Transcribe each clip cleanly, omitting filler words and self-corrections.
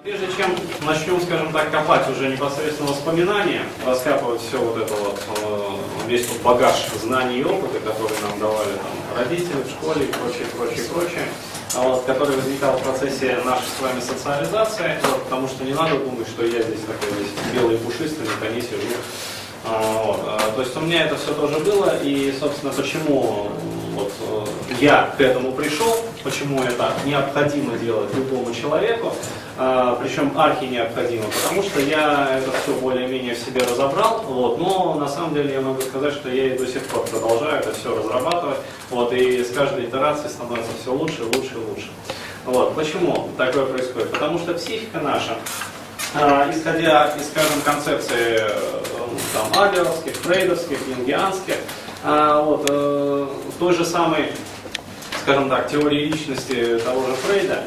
Прежде чем начнем, скажем так, копать уже непосредственно воспоминания, раскапывать все вот это вот, весь тот багаж знаний и опыта, которые нам давали там, родители в школе и прочее, вот, который возникал в процессе нашей с вами социализации, вот, потому что не надо думать, что я здесь такой весь белый и пушистый, на коне сижу. То есть у меня это все тоже было, и, собственно, почему вот, я к этому пришел, почему это необходимо делать любому человеку, причем архи необходимо, потому что я это все более-менее в себе разобрал, вот, но на самом деле я могу сказать, что я и до сих пор продолжаю это все разрабатывать, вот, и с каждой итерацией становится все лучше, лучше, лучше. Вот, почему такое происходит? Потому что психика наша, исходя из, скажем, концепции там, адлеровских, фрейдовских, юнгианских, вот, той же самой, скажем так, теории личности того же Фрейда,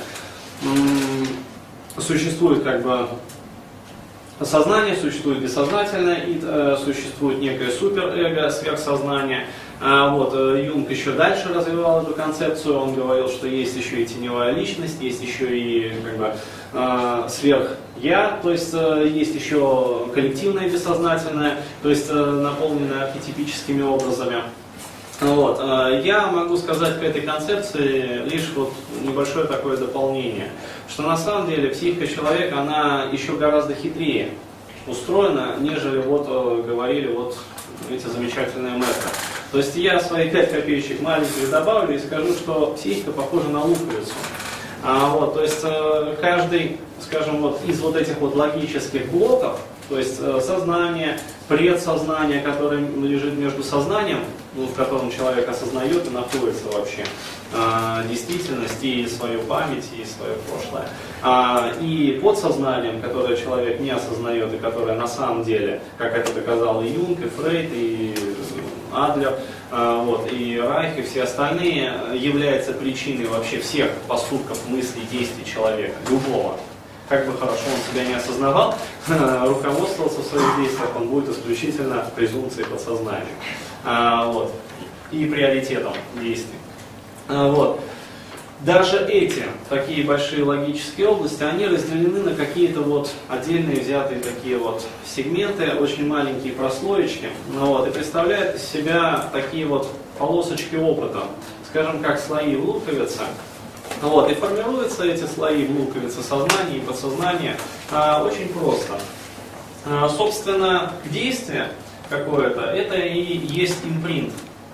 существует как бы сознание, существует бессознательное, и существует некое суперэго, сверхсознание. Вот, Юнг еще дальше развивал эту концепцию, он говорил, что есть еще и теневая личность, есть еще и как бы, сверх-я, то есть есть еще коллективное бессознательное, то есть наполненное архетипическими образами. Вот. Я могу сказать к этой концепции лишь вот небольшое такое дополнение, что на самом деле психика человека, она еще гораздо хитрее устроена, нежели вот говорили вот эти замечательные мэтры. То есть я свои 5 копеечек маленьких добавлю и скажу, что психика похожа на луковицу. Вот, то есть каждый, скажем, вот из вот этих вот логических блоков, то есть сознание, предсознание, которое лежит между сознанием, ну, в котором человек осознает и находится вообще действительность и свою память, и свое прошлое, и подсознанием, которое человек не осознает, и которое на самом деле, как это доказал и Юнг, и Фрейд, и Адлер, вот, и Райх, и все остальные, является причиной вообще всех поступков, мыслей, действий человека, любого. Как бы хорошо он себя не осознавал, руководствовался в своих действиях, он будет исключительно презумпцией подсознания, вот, и приоритетом действий. Вот. Даже эти такие большие логические области, они разделены на какие-то вот отдельные взятые такие вот сегменты, очень маленькие прослоечки, вот, и представляют из себя такие вот полосочки опыта, скажем, как слои в луковице. Вот, и формируются эти слои в луковице сознания и подсознания очень просто. Собственно, действие какое-то, это и есть импринт.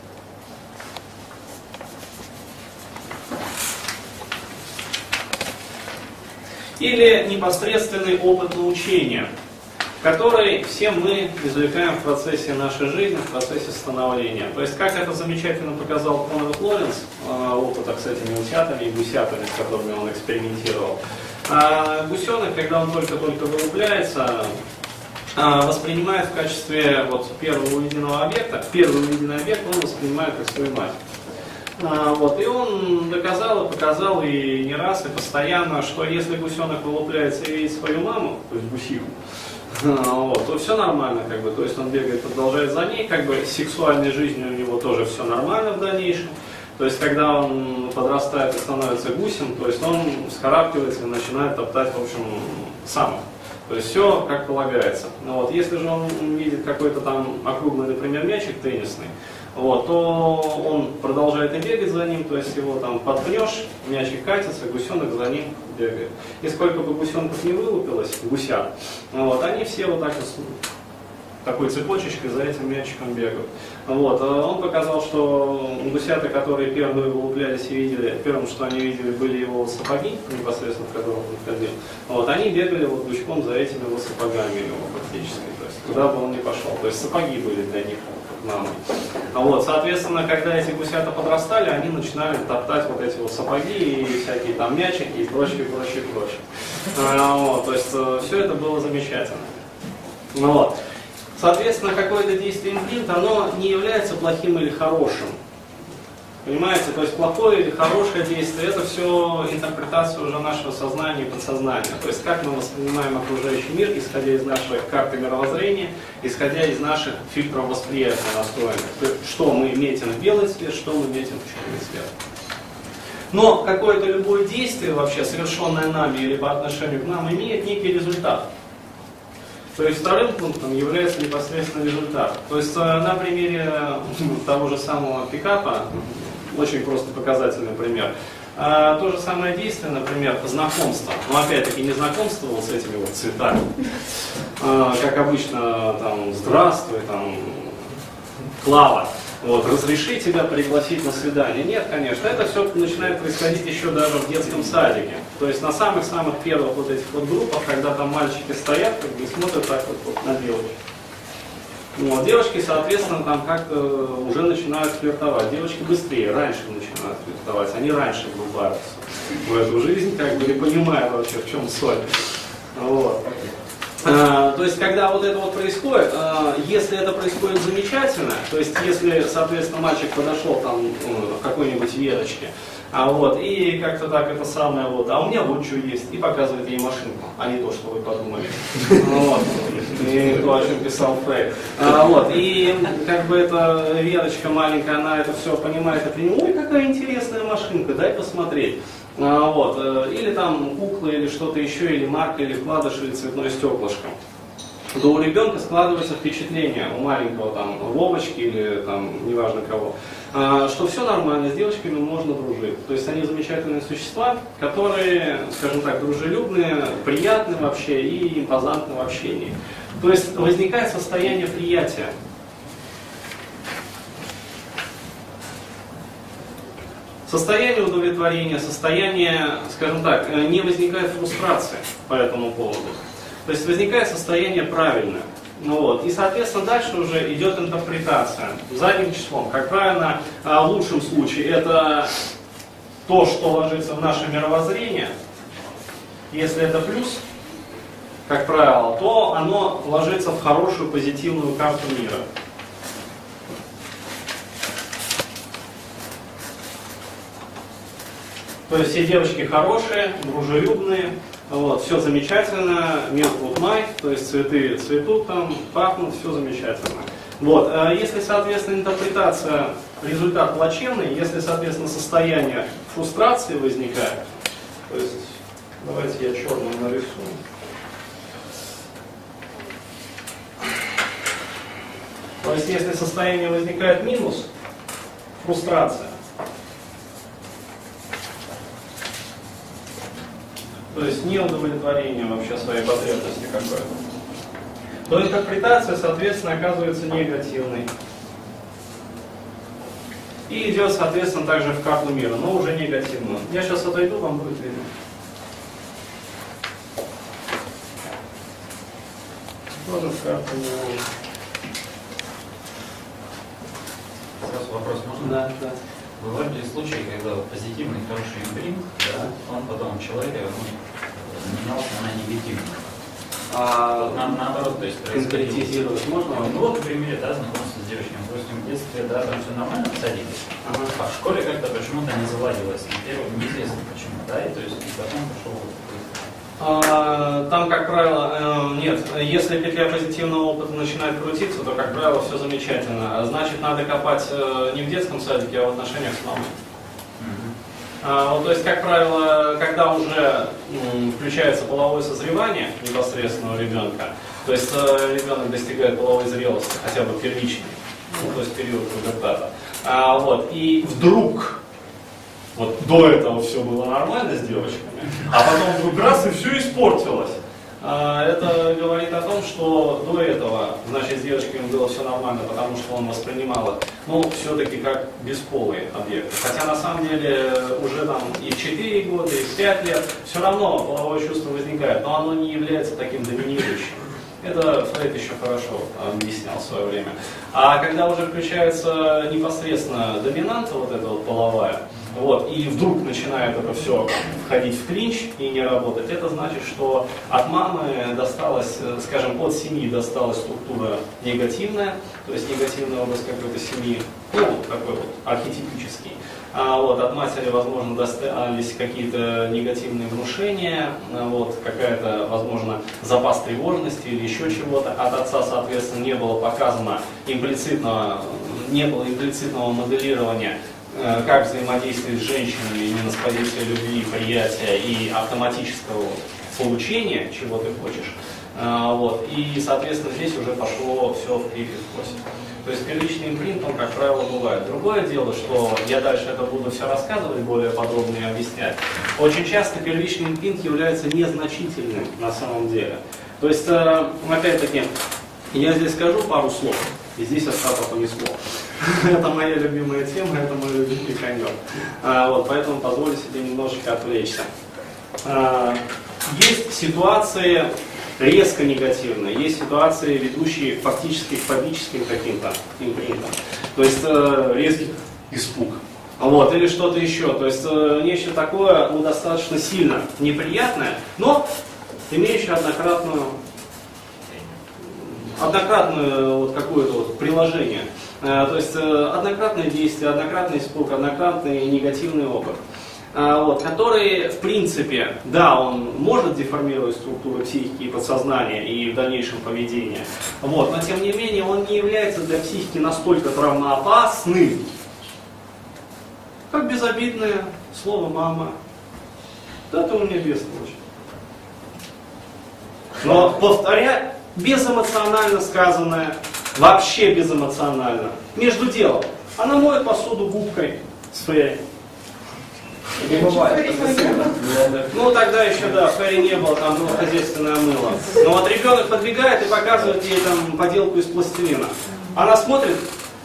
Или непосредственный опыт научения, который все мы извлекаем в процессе нашей жизни, в процессе становления. То есть, как это замечательно показал Конрад Лоренс, опыта, кстати, не утятами и гусятами, с которыми он экспериментировал. Гусенок, когда он только-только вылупляется, воспринимает в качестве вот, первый увиденный объект он воспринимает как свою мать. Вот, и он доказал и показал и не раз, и постоянно, что если гусенок вылупляется и видит свою маму, то есть гусиху, вот, то все нормально, как бы, то есть он бегает, продолжает за ней, как бы с сексуальной жизнью у него тоже все нормально в дальнейшем. То есть когда он подрастает и становится гусем, то есть он вскарабкивается и начинает топтать, в общем, самок. То есть все как полагается. Вот, если же он видит какой-то там округлый, например, мячик теннисный, вот, то он продолжает и бегать за ним, то есть его там подпнешь, мячик катится, гусенок за ним бегает. И сколько бы гусенков не вылупилось, гуся, вот, они все вот так вот такой цепочечкой за этим мячиком бегают. Вот, он показал, что гусята, которые первые вылуплялись и видели, первым, что они видели, были его сапоги, непосредственно в которых он ходил. Вот, они бегали вот гуськом за этими вот сапогами его фактически, то есть куда бы он ни пошел. То есть сапоги были для них мамой. Вот, соответственно, когда эти гусята подрастали, они начинали топтать вот эти вот сапоги и всякие там мячики и прочее. Вот, то есть все это было замечательно. Вот. Соответственно, какое-то действие импринта, оно не является плохим или хорошим. Понимаете? То есть плохое или хорошее действие, это все интерпретация уже нашего сознания и подсознания. То есть как мы воспринимаем окружающий мир, исходя из нашей карты мировоззрения, исходя из наших фильтров восприятия настроенных. То есть, что мы метим в белый цвет, что мы метим в черный цвет. Но какое-то любое действие вообще, совершенное нами или по отношению к нам, имеет некий результат. То есть вторым пунктом является непосредственно результат. То есть на примере того же самого пикапа, очень просто показательный пример, то же самое действие, например, знакомство. Но опять-таки не знакомство вот с этими вот цветами, как обычно, там, здравствуй, там, Клава, вот, разреши тебя пригласить на свидание. Нет, конечно, это все начинает происходить еще даже в детском садике. То есть на самых-самых первых вот этих вот группах, когда там мальчики стоят, как бы смотрят так вот на девочек. Вот, девочки, соответственно, там как-то уже начинают флиртовать. Девочки быстрее, раньше начинают флиртовать, они раньше влюбляются в эту жизнь, как бы не понимая вообще, в чем соль. Вот. То есть, когда вот это вот происходит, если это происходит замечательно, то есть, если, соответственно, мальчик подошел там к какой-нибудь веточке, вот, и как-то так это самое, вот, а у меня вот что есть, и показывает ей машинку, а не то, что вы подумали. Вот. И то, о чем писал Фрейд. Вот, и как бы эта веточка маленькая, она это все понимает, и ой, какая интересная машинка, дай посмотреть. Вот, или там куклы, или что-то еще, или марка, или вкладыш, или цветное стеклышко. То у ребенка складывается впечатление, у маленького там Вовочки или там неважно кого, что все нормально, с девочками можно дружить. То есть они замечательные существа, которые, скажем так, дружелюбные, приятны вообще и импозантны в общении. То есть возникает состояние приятия. Состояние удовлетворения, состояние, скажем так, не возникает фрустрации по этому поводу. То есть возникает состояние правильное. Ну вот. И, соответственно, дальше уже идет интерпретация. Задним числом, как правило, в лучшем случае это то, что ложится в наше мировоззрение. Если это плюс, как правило, то оно ложится в хорошую позитивную карту мира. То есть все девочки хорошие, дружелюбные, вот, все замечательно, мир тут май, то есть цветы цветут там, пахнут, все замечательно. Вот, если, соответственно, интерпретация, результат плачевный, если, соответственно, состояние фрустрации возникает, то есть, давайте я черным нарисую. То есть, если состояние возникает минус, фрустрация, то есть неудовлетворение вообще своей потребности какой-то, то интерпретация, соответственно, оказывается негативной. И идет, соответственно, также в карту мира, но уже негативную. Я сейчас отойду, вам будет видно. Тоже в карту мира. Сразу вопрос можно? Да, да. Бывают ли случаи, когда позитивный, хороший импринт, да, он потом у человека менялся на негативный? Наоборот, то есть конкретизировать можно? Ну вот, в примере, да, знакомство с девочкой, допустим, в детстве, да, там все нормально в садике, а в школе как-то почему-то не заладилось, неизвестно почему, да, и то есть и потом пошел там, как правило, нет. Если петля позитивного опыта начинает крутиться, то, как правило, все замечательно. Значит, надо копать не в детском садике, а в отношениях с мамой. Вот, то есть, как правило, когда уже включается половое созревание непосредственно у ребенка, то есть ребенок достигает половой зрелости, хотя бы первичной, ну, то есть период пубертата, вот, и вдруг вот до этого все было нормально с девочками, а потом вдруг раз и все испортилось. Это говорит о том, что до этого, значит, с девочками было все нормально, потому что он воспринимал их, ну, все-таки как бесполые объекты. Хотя на самом деле уже там и в 4 года, и в 5 лет все равно половое чувство возникает, но оно не является таким доминирующим. Это Фрейд еще хорошо объяснял в свое время. А когда уже включается непосредственно доминанта, вот эта вот половая, вот, и вдруг начинает это все входить в клинч и не работать, это значит, что от мамы досталась, скажем, от семьи досталась структура негативная, то есть негативный образ какой-то семьи, ну, такой вот архетипический. Вот, от матери, возможно, достались какие-то негативные внушения, вот, какая-то, возможно, запас тревожности или еще чего-то. От отца, соответственно, не было показано имплицитного, не было имплицитного моделирования как взаимодействовать с женщинами именно с позиции любви, приятия и автоматического получения, чего ты хочешь. Вот. И, соответственно, здесь уже пошло все в крипе-способ. То есть первичный импринт, он, как правило, бывает. Другое дело, что я дальше это буду все рассказывать, более подробно и объяснять. Очень часто первичный импринт является незначительным на самом деле. То есть, опять-таки, я здесь скажу пару слов, и здесь Остапа понесло. Это моя любимая тема, это мой любимый конек. Вот, поэтому позволю себе немножечко отвлечься. Есть ситуации резко негативные, есть ситуации, ведущие фактически к фобическим каким-то импринтам. То есть резкий испуг. Вот, или что-то еще. То есть нечто такое, ну, достаточно сильно неприятное, но имеющее однократное вот какое-то вот приложение. То есть однократное действие, однократный испуг, однократный негативный опыт. Вот, который, в принципе, да, он может деформировать структуру психики и подсознания и в дальнейшем поведения, вот, но тем не менее он не является для психики настолько травмоопасным, как безобидное слово «мама». Да, ты у меня бестолочь. Но, повторяю, безэмоционально сказанное, вообще безэмоционально. Между делом, она моет посуду губкой своей. Не бывает. Ну тогда еще, да, фэри не было, там было хозяйственное мыло. Но вот ребенок подбегает и показывает ей там поделку из пластилина. Она смотрит: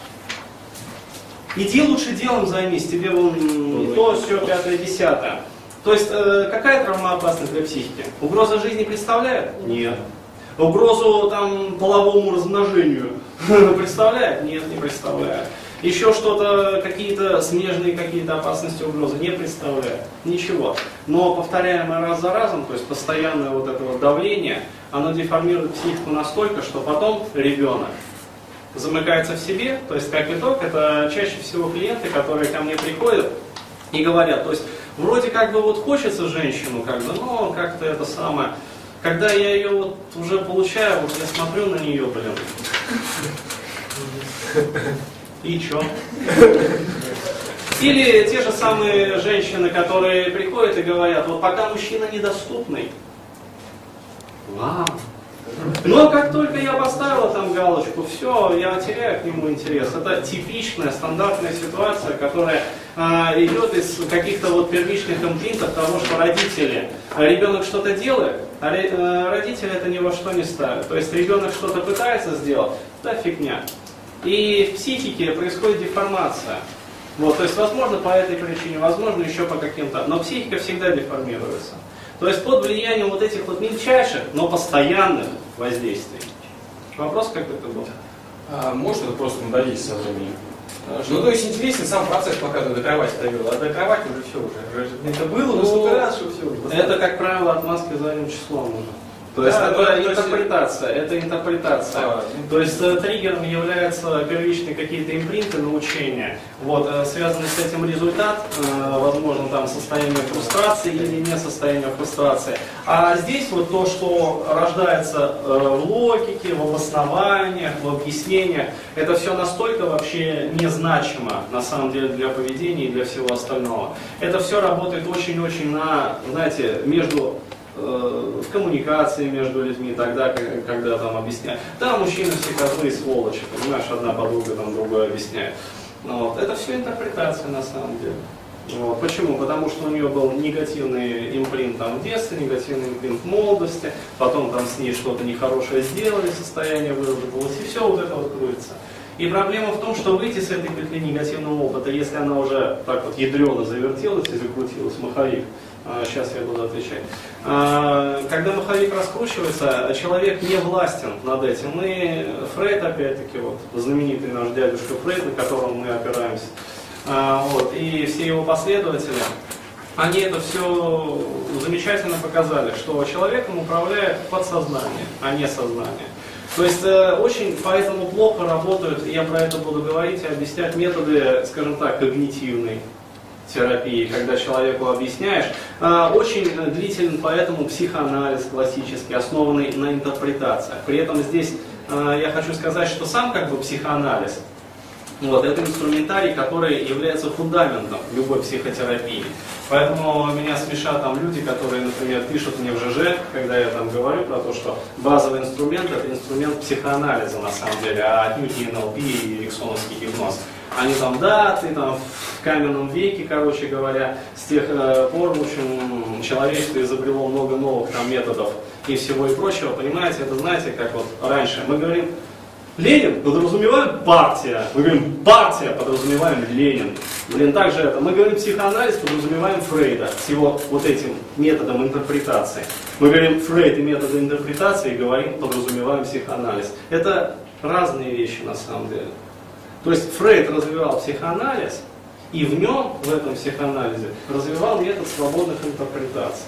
иди лучше делом займись, тебе вон то, все, пятое, десятое. То есть какая травмоопасность для психики? Угроза жизни представляет? Нет. Угрозу там половому размножению представляет? Нет, не представляет. Еще что-то, какие-то смежные какие-то опасности, угрозы не представляет. Ничего. Но повторяемое раз за разом, то есть постоянное вот это вот давление, оно деформирует психику настолько, что потом ребенок замыкается в себе. То есть как итог, это чаще всего клиенты, которые ко мне приходят и говорят, то есть вроде как бы вот хочется женщину, как бы, но как-то это самое. Когда я ее вот уже получаю, вот я смотрю на нее, блин. И чё? Или те же самые женщины, которые приходят и говорят, вот пока мужчина недоступный. Вау. Но как только я поставила там галочку, все, я теряю к нему интерес. Это типичная, стандартная ситуация, которая идет из каких-то вот первичных импринтов того, что родители, ребенок что-то делает, а родители это ни во что не ставят. То есть ребенок что-то пытается сделать, да фигня. И в психике происходит деформация. Вот, то есть, возможно, по этой причине, возможно, еще по каким-то. Но психика всегда деформируется. То есть, под влиянием вот этих вот мельчайших, но постоянных воздействий. Вопрос как это был? Может это просто надоесть со временем? Ну, то есть интересен сам процесс, пока ты до кровати довел. А до кровати уже все уже. Это было, но столько раз, что все уже. Это, как правило, отмазки задним числом уже. То есть это интерпретация, То есть триггером являются первичные какие-то импринты научения, вот, связанный с этим результат, возможно, там состояние фрустрации или не состояние фрустрации. А здесь вот то, что рождается в логике, в обоснованиях, в объяснениях, это все настолько вообще незначимо на самом деле для поведения и для всего остального. Это все работает очень-очень на, знаете, в коммуникации между людьми, тогда, когда там объясняют. Да, мужчины все козлы и сволочи, понимаешь, одна подруга там другую объясняет. Вот. Это все интерпретация на самом деле. Вот. Почему? Потому что у нее был негативный импринт там, в детстве, негативный импринт в молодости, потом там с ней что-то нехорошее сделали, состояние выработалось, и все вот это вот крутится. И проблема в том, что выйти с этой петли негативного опыта, если она уже так вот ядрено завертелась и закрутилась, маховик, сейчас я буду отвечать. Когда маховик раскручивается, человек не властен над этим. И Фрейд, опять-таки, вот, знаменитый наш дядюшка Фрейд, на котором мы опираемся, вот, и все его последователи, они это все замечательно показали, что человеком управляет подсознание, а не сознание. То есть очень поэтому плохо работают, я про это буду говорить и объяснять, методы, скажем так, когнитивной терапии, когда человеку объясняешь. Очень длителен поэтому психоанализ классический, основанный на интерпретациях. При этом здесь я хочу сказать, что сам как бы психоанализ, Вот, это инструментарий, который является фундаментом любой психотерапии. Поэтому меня смешат там люди, которые, например, пишут мне в ЖЖ, когда я там говорю про то, что базовый инструмент — это инструмент психоанализа на самом деле, а отнюдь не НЛП и эриксоновский гипноз. Они там, да, ты там в каменном веке, короче говоря, с тех пор, в общем, человечество изобрело много новых там методов и всего и прочего, понимаете, это знаете, как вот раньше мы говорим, Ленин, подразумеваем партия. Мы говорим партия, подразумеваем Ленин. Блин, также это. Мы говорим психоанализ, подразумеваем Фрейда с его вот этим методом интерпретации. Мы говорим Фрейд и методы интерпретации, говорим, подразумеваем психоанализ. Это разные вещи на самом деле. То есть Фрейд развивал психоанализ, и в нем, в этом психоанализе, развивал метод свободных интерпретаций.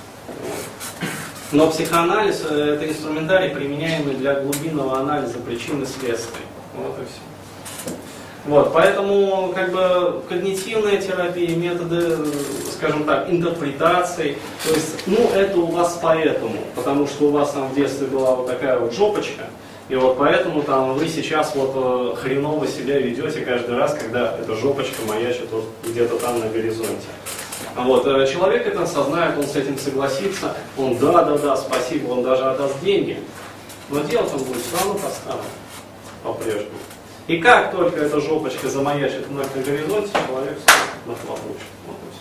Но психоанализ – это инструментарий, применяемый для глубинного анализа причин и следствий. Вот и все. Вот, поэтому как бы когнитивная терапия, методы, скажем так, интерпретаций, то есть, ну, это у вас поэтому, потому что у вас там в детстве была вот такая вот жопочка, и вот поэтому там вы сейчас вот хреново себя ведете каждый раз, когда эта жопочка маячит вот где-то там на горизонте. Вот, человек это осознает, он с этим согласится, он да, спасибо, он даже отдаст деньги, но делать он будет все равно по-старому, по-прежнему. И как только эта жопочка замаячит вновь на горизонте, человек нахлобучит. Вот и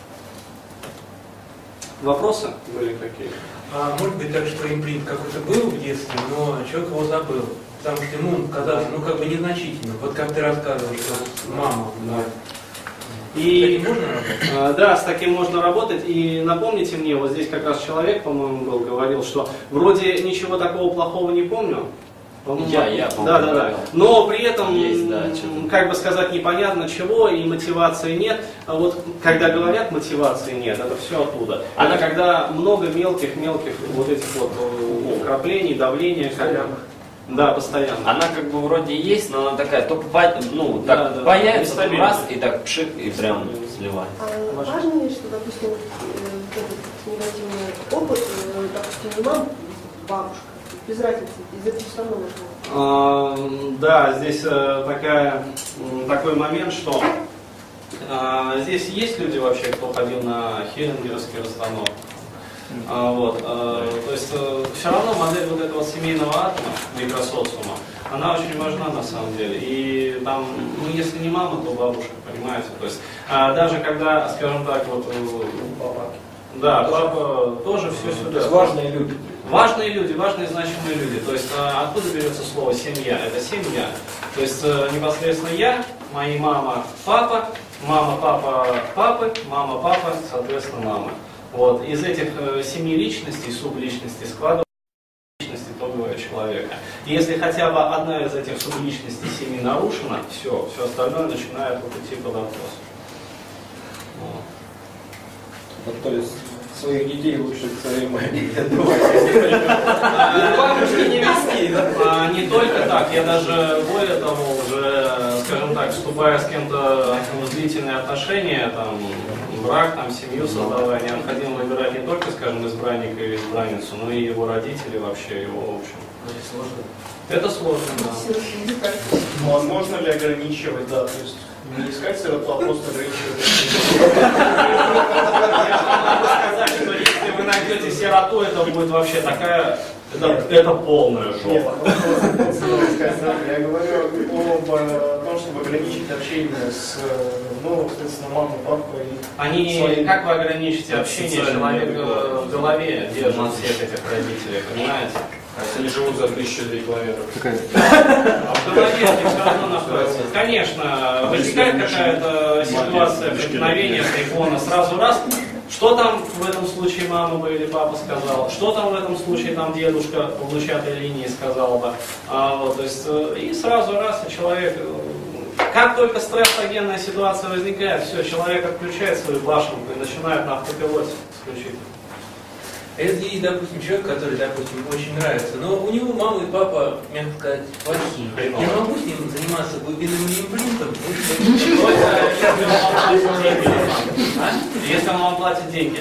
все. Вопросы были какие? Может быть так, что имплинт какой-то был в детстве, но человек его забыл. Потому что ему казалось, ну как бы незначительно. Вот как ты рассказывал, что мама. Да. И, с таким можно работать? Да, с таким можно работать. И напомните мне, вот здесь как раз человек, по-моему, был, говорил, что вроде ничего такого плохого не помню. Я помню. Да. Но при этом, есть, да, как бы сказать, непонятно чего, и мотивации нет. А вот когда говорят, мотивации нет, это все оттуда. Это когда много мелких вот этих вот украплений, давления, да, постоянно. Она как бы вроде есть, но она такая, то появится раз и так пшик, и прям сливает. Важно ли, что, допустим, этот негативный опыт, допустим, не мама, бабушка, без разницы, из этого все равно можно? Да, здесь такой момент, что здесь есть люди вообще, кто ходил на хеллингеровские расстановки. То есть все равно модель вот этого семейного атома, микросоциума, она очень важна на самом деле. И там, ну если не мама, то бабушка, понимаете. То есть даже когда, скажем так, вот папа. Да, папа тоже все сюда. Важные люди. Важные люди, важные значимые люди. То есть откуда берется слово семья? Это семья. То есть непосредственно я, мои мама, папа, мама, папа, папы, мама, папа, соответственно, мама. Вот. Из этих 7 личностей, субличностей складывается личность итогового человека. И если хотя бы одна из этих субличностей 7 нарушена, все остальное начинает вот идти под вопрос. То есть своих детей лучше к своей маме Бабушки не вести. Не только так, я даже более того, уже, скажем так, вступая с кем-то в длительные отношения, там, брак, там, семью создавая, необходимо выбирать не только, скажем, избранника или избранницу, но и его родителей вообще, его, в общем. Это сложно, да. Возможно ли ограничивать, да, то есть не искать сироту, а просто ограничивать? Я могу сказать, что если вы найдете сироту, это будет вообще такая, это полная жопа. Я говорю о том, чтобы ограничить общение с, соответственно, мамой, папой. Они, как вы ограничите общение, человек в голове держит всех этих родителей, понимаете? Они живут за 1002 километров. А в голове все равно находится. Конечно, возникает какая-то ситуация преткновения с айфона, сразу раз. Что там в этом случае мама бы или папа сказал? Что там в этом случае там дедушка по влучатой линии сказал бы? То есть, и сразу раз, и человек... Как только стрессогенная ситуация возникает, все, человек отключает свою башенку и начинает на автопилоте исключительно. Если есть, допустим, человек, который, допустим, очень нравится, но у него мама и папа, мягко сказать, плохие. Я могу с ним заниматься глубинным имплантом? Если он вам платит деньги,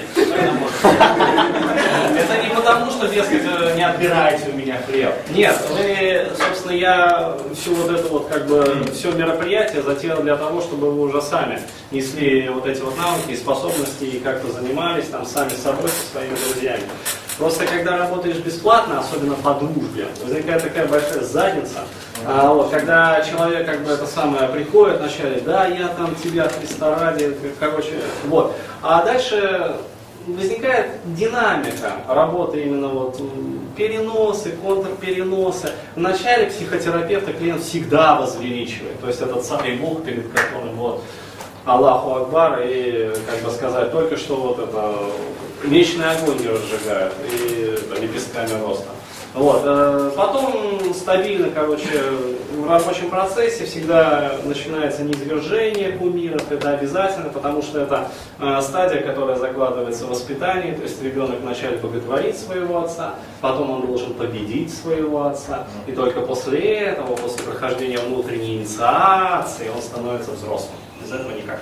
это не потому, что, дескать, не отбираете у меня хлеб. Нет, вы, собственно, я всю вот это вот, как бы, все мероприятие затеял для того, чтобы вы уже сами несли вот эти вот навыки и способности и как-то занимались там сами собой, со своими друзьями. Просто когда работаешь бесплатно, особенно по дружбе, возникает такая большая задница. Вот, когда человек как бы это самое приходит вначале, да, я там тебя Христа ради, короче, вот. А дальше возникает динамика работы именно вот переносы, контрпереносы. Вначале психотерапевта клиент всегда возвеличивает, то есть этот самый Бог, перед которым вот Аллаху Акбар, и, как бы сказать, только что вот это вечный огонь не разжигают и лепестками роста. Вот. Потом стабильно, короче, в рабочем процессе всегда начинается низвержение кумиров, это обязательно, потому что это стадия, которая закладывается в воспитании, то есть ребенок вначале боготворит своего отца, потом он должен победить своего отца, и только после этого, после прохождения внутренней инициации, он становится взрослым. Без этого никак.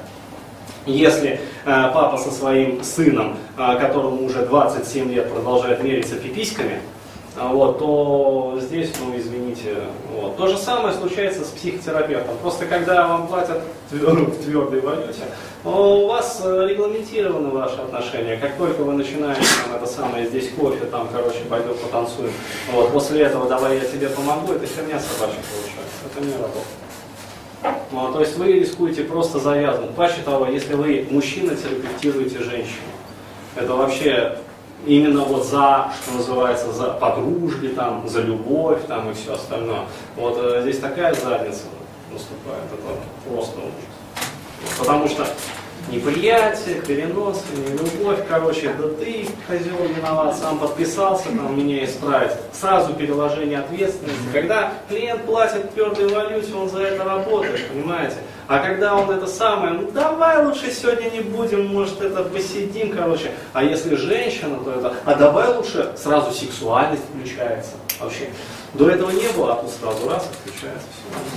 Если папа со своим сыном, которому уже 27 лет, продолжает мериться пиписьками, вот, то здесь, ну извините, вот. То же самое случается с психотерапевтом. Просто когда вам платят в твердой валюте, у вас регламентированы ваши отношения. Как только вы начинаете, там, это самое, здесь кофе, там, короче, пойдем потанцуем, вот, после этого давай я тебе помогу, это херня собачья получается, это не работает. Ну, то есть вы рискуете просто завязнуть. Паче того, если вы, мужчина, терапевтируете женщину, это вообще именно вот за, что называется, за по дружбе, там, за любовь там, и все остальное. Вот здесь такая задница наступает, это просто ужас. Потому что неприятие, перенос, любовь, короче, да ты, козел, виноват, сам подписался, там, меня исправить. Сразу переложение ответственности. Когда клиент платит в твердой валюте, он за это работает, понимаете? А когда он это самое, ну давай лучше сегодня не будем, может это посидим, короче. А если женщина, то это, а давай лучше сразу сексуальность включается. Вообще, до этого не было, а тут сразу раз включается,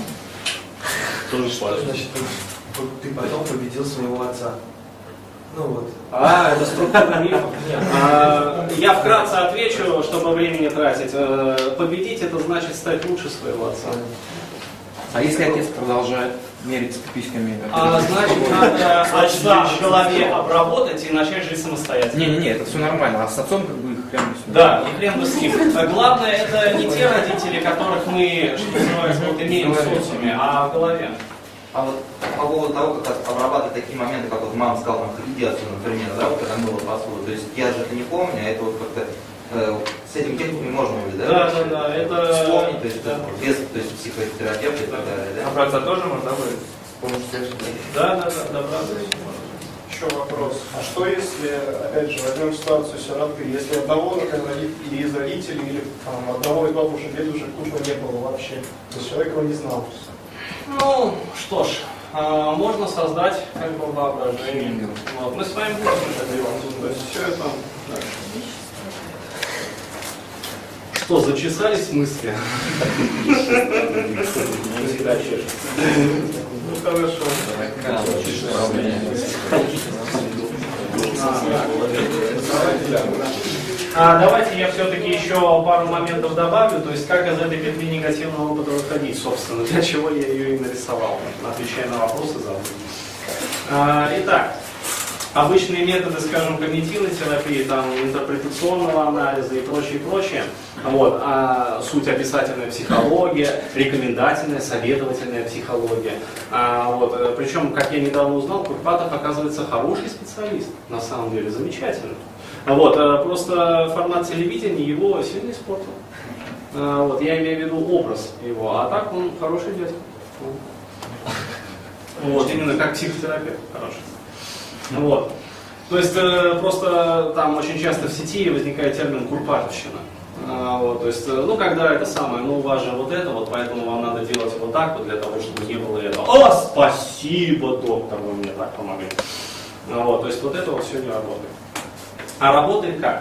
все. Тоже сложно. Значит, ты потом победил своего отца. Ну вот. Это структура мифов. Я вкратце отвечу, чтобы время не тратить. Победить это значит стать лучше своего отца. А если отец продолжает мериться пиписьками? Значит, надо отца в голове обработать и начать жить самостоятельно. Не, это все нормально. А с отцом как бы хрен бы с ним. Да, и хрен бы с ним. Главное, это не те родители, которых мы, что называется, вот имеем в социуме, а в голове. А вот по поводу того, как обрабатывать такие моменты, как вот мама сказала, там, хридец, например, да, вот когда мыла посуду, то есть я же это не помню, а это вот как-то с этим техниками можно будет, да? Да, это... Вспомнить, то есть, без психотерапевта и так далее, да? А про отца тоже можно будет с помощью техники? Да, Еще вопрос. А что если, опять же, возьмем ситуацию сироты, если одного или из родителей, или там, одного из бабушек, дедушек кушал не было вообще, то есть человек его не знал? Ну, что ж, можно создать как бы воображение. Вот. Мы с вами будем это делать. То есть все это дальше. Что, зачесались мысли? Всегда чешется. Ну хорошо. Давайте я все-таки еще пару моментов добавлю, то есть как из этой петли негативного опыта выходить, собственно, для чего я ее и нарисовал, отвечая на вопросы заданные. Итак, обычные методы, скажем, когнитивной терапии, там, интерпретационного анализа и прочее. Вот, суть описательная психология, рекомендательная, советовательная психология. Вот, причем, как я недавно узнал, Курпатов, оказывается, хороший специалист, на самом деле, замечательный. Вот, просто формат телевидения его сильно испортил. Вот, я имею в виду образ его, а так он хороший дядька. Вот, именно как психотерапевт хороший. Вот. То есть просто там очень часто в сети возникает термин курпатовщина. Вот, то есть, ну когда это самое, ну у вас же вот это, вот поэтому вам надо делать вот так вот для того, чтобы не было этого. Спасибо, доктор, вы мне так помогли. Вот, то есть вот это вот все не работает. А работает как?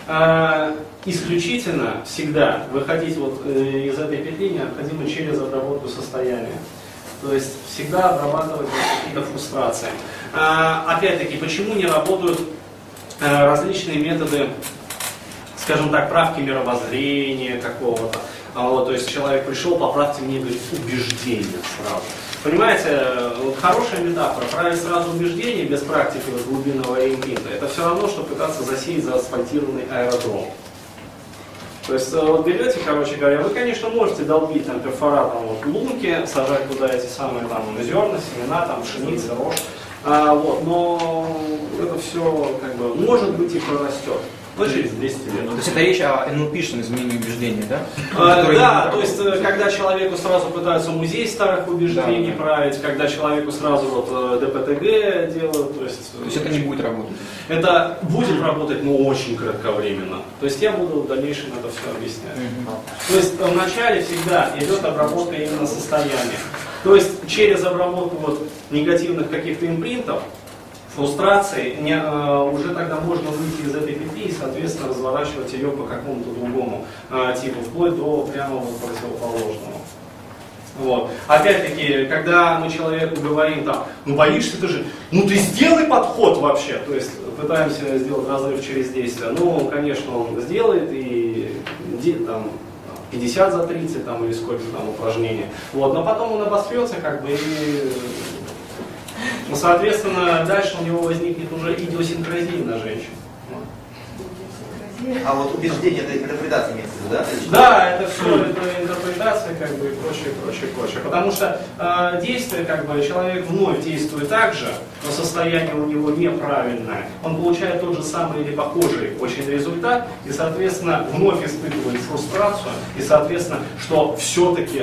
исключительно всегда выходить вот из этой петли необходимо через обработку состояния. То есть всегда обрабатывать какие-то фрустрации. Опять-таки, почему не работают различные методы, скажем так, правки мировоззрения какого-то? Вот, то есть человек пришел, поправьте мне, говорит, убеждения сразу. Понимаете, вот хорошая метафора, править сразу убеждения без практики вот глубинного импринта, это все равно, что пытаться засеять заасфальтированный аэродром. То есть вот берете, короче говоря, вы, конечно, можете долбить там перфоратом вот, лунки, сажать туда эти самые там зерна, семена, там пшеницы, рожь, вот, но это все как бы может быть и прорастет. Но через 200 лет. То есть это речь о НЛПшном изменении убеждений, да? Да, то есть когда человеку сразу пытаются музей старых убеждений править, когда человеку сразу вот ДПТГ делают. То есть это не будет работать? Это будет работать, но очень кратковременно. То есть я буду в дальнейшем это все объяснять. То есть вначале всегда идет обработка именно состояния. То есть через обработку вот негативных каких-то импринтов, фрустрации, уже тогда можно выйти из этой петли и, соответственно, разворачивать ее по какому-то другому типу, вплоть до прямо вот противоположного. Вот. Опять-таки, когда мы человеку говорим, там, ну боишься ты же, ну ты сделай подход вообще, то есть пытаемся сделать разрыв через действие, ну, конечно, он сделает и там 50 за 30 там, или сколько там упражнений, вот, но потом он обосрется как бы и... Ну, соответственно, дальше у него возникнет уже идиосинкразия на женщин. А вот убеждение, это интерпретация имеется в виду, да? Да, это все, это интерпретация, как бы, и прочее, прочее, прочее. Потому что действие, как бы, человек вновь действует так же, но состояние у него неправильное. Он получает тот же самый или похожий очень результат, и, соответственно, вновь испытывает фрустрацию, и, соответственно, что все-таки...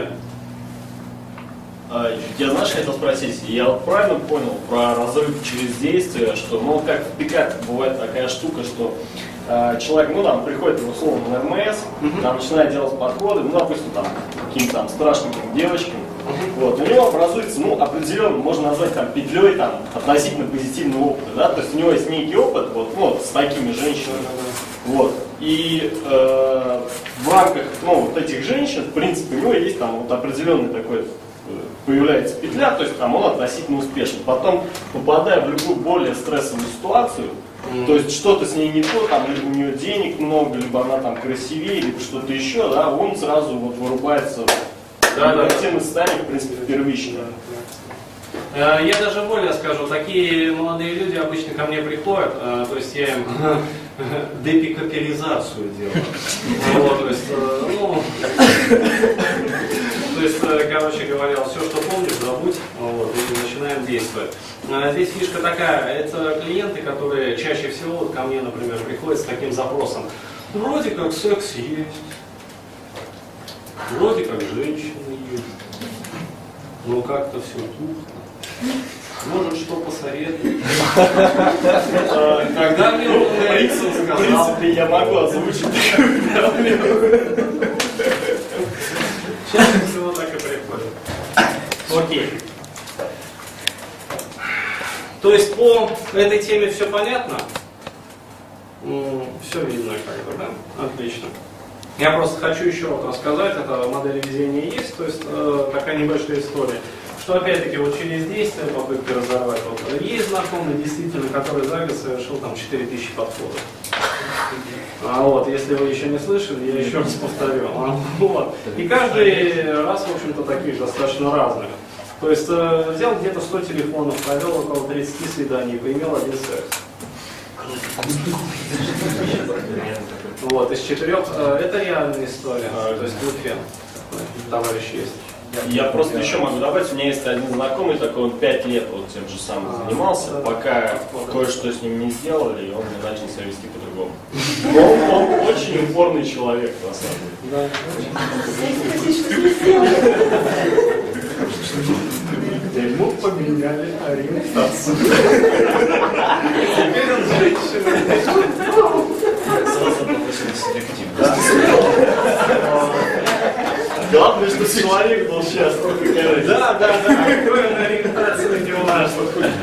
Я, знаешь, хотел спросить, я вот правильно понял про разрыв через действие, что, ну, как в пикапе бывает такая штука, что человек, ну, там, приходит, условно, на РМС, там, начинает делать подходы, ну, допустим, там, каким-то там страшненьким девочкам, вот, у него образуется, ну, определенно, можно назвать, там, петлей, там, относительно позитивного опыта, да, то есть у него есть некий опыт, вот, ну, вот, с такими женщинами, вот, и в рамках, ну, вот этих женщин, в принципе, у него есть, там, вот, определенный такой, появляется петля, то есть там он относительно успешен. Потом, попадая в любую более стрессовую ситуацию, то есть что-то с ней не то, там, либо у нее денег много, либо она там красивее, либо что-то еще, да, он сразу вот вырубается в тему состояния, в принципе, первичное. Я даже более скажу, такие молодые люди обычно ко мне приходят, то есть я им депикапилизацию делаю. Вот, то есть, ну, то есть, короче говоря, все, что помнишь, забудь, вот, и начинаем действовать. Здесь фишка такая, это клиенты, которые чаще всего вот ко мне, например, приходят с таким запросом. Вроде как секс есть, вроде как женщины есть, но как-то все тухло. Может, что посоветует? Когда мне Эриксон сказал... В принципе, я могу озвучить такую проблему. Чаще всего так и приходит. Окей. То есть по этой теме все понятно? Все видно как бы, да? Отлично. Я просто хочу еще вот рассказать, это модель везения есть, то есть такая небольшая история. Что опять-таки вот через действие, попытки разорвать, вот, есть знакомый действительно, который за год совершил там 4000 подходов. Вот, если вы еще не слышали, я еще раз повторю. Вот. И каждый раз, в общем-то, таких достаточно разных. То есть взял где-то 100 телефонов, провел около 30 свиданий, поимел один секс. Вот, из 4, это реальная история, то есть в Уфе товарищ есть. Я просто еще могу добавить, у меня есть один знакомый, такой он 5 лет вот тем же самым занимался, пока кое-что с ним не сделали, и он не начал себя вести по-другому. Но он очень упорный человек, на самом деле. Ему поменяли ориентацию. Теперь он женщина. Сразу повысилась эффективность. Главное, что человек был счастлив. Да, какой он ориентации не важно.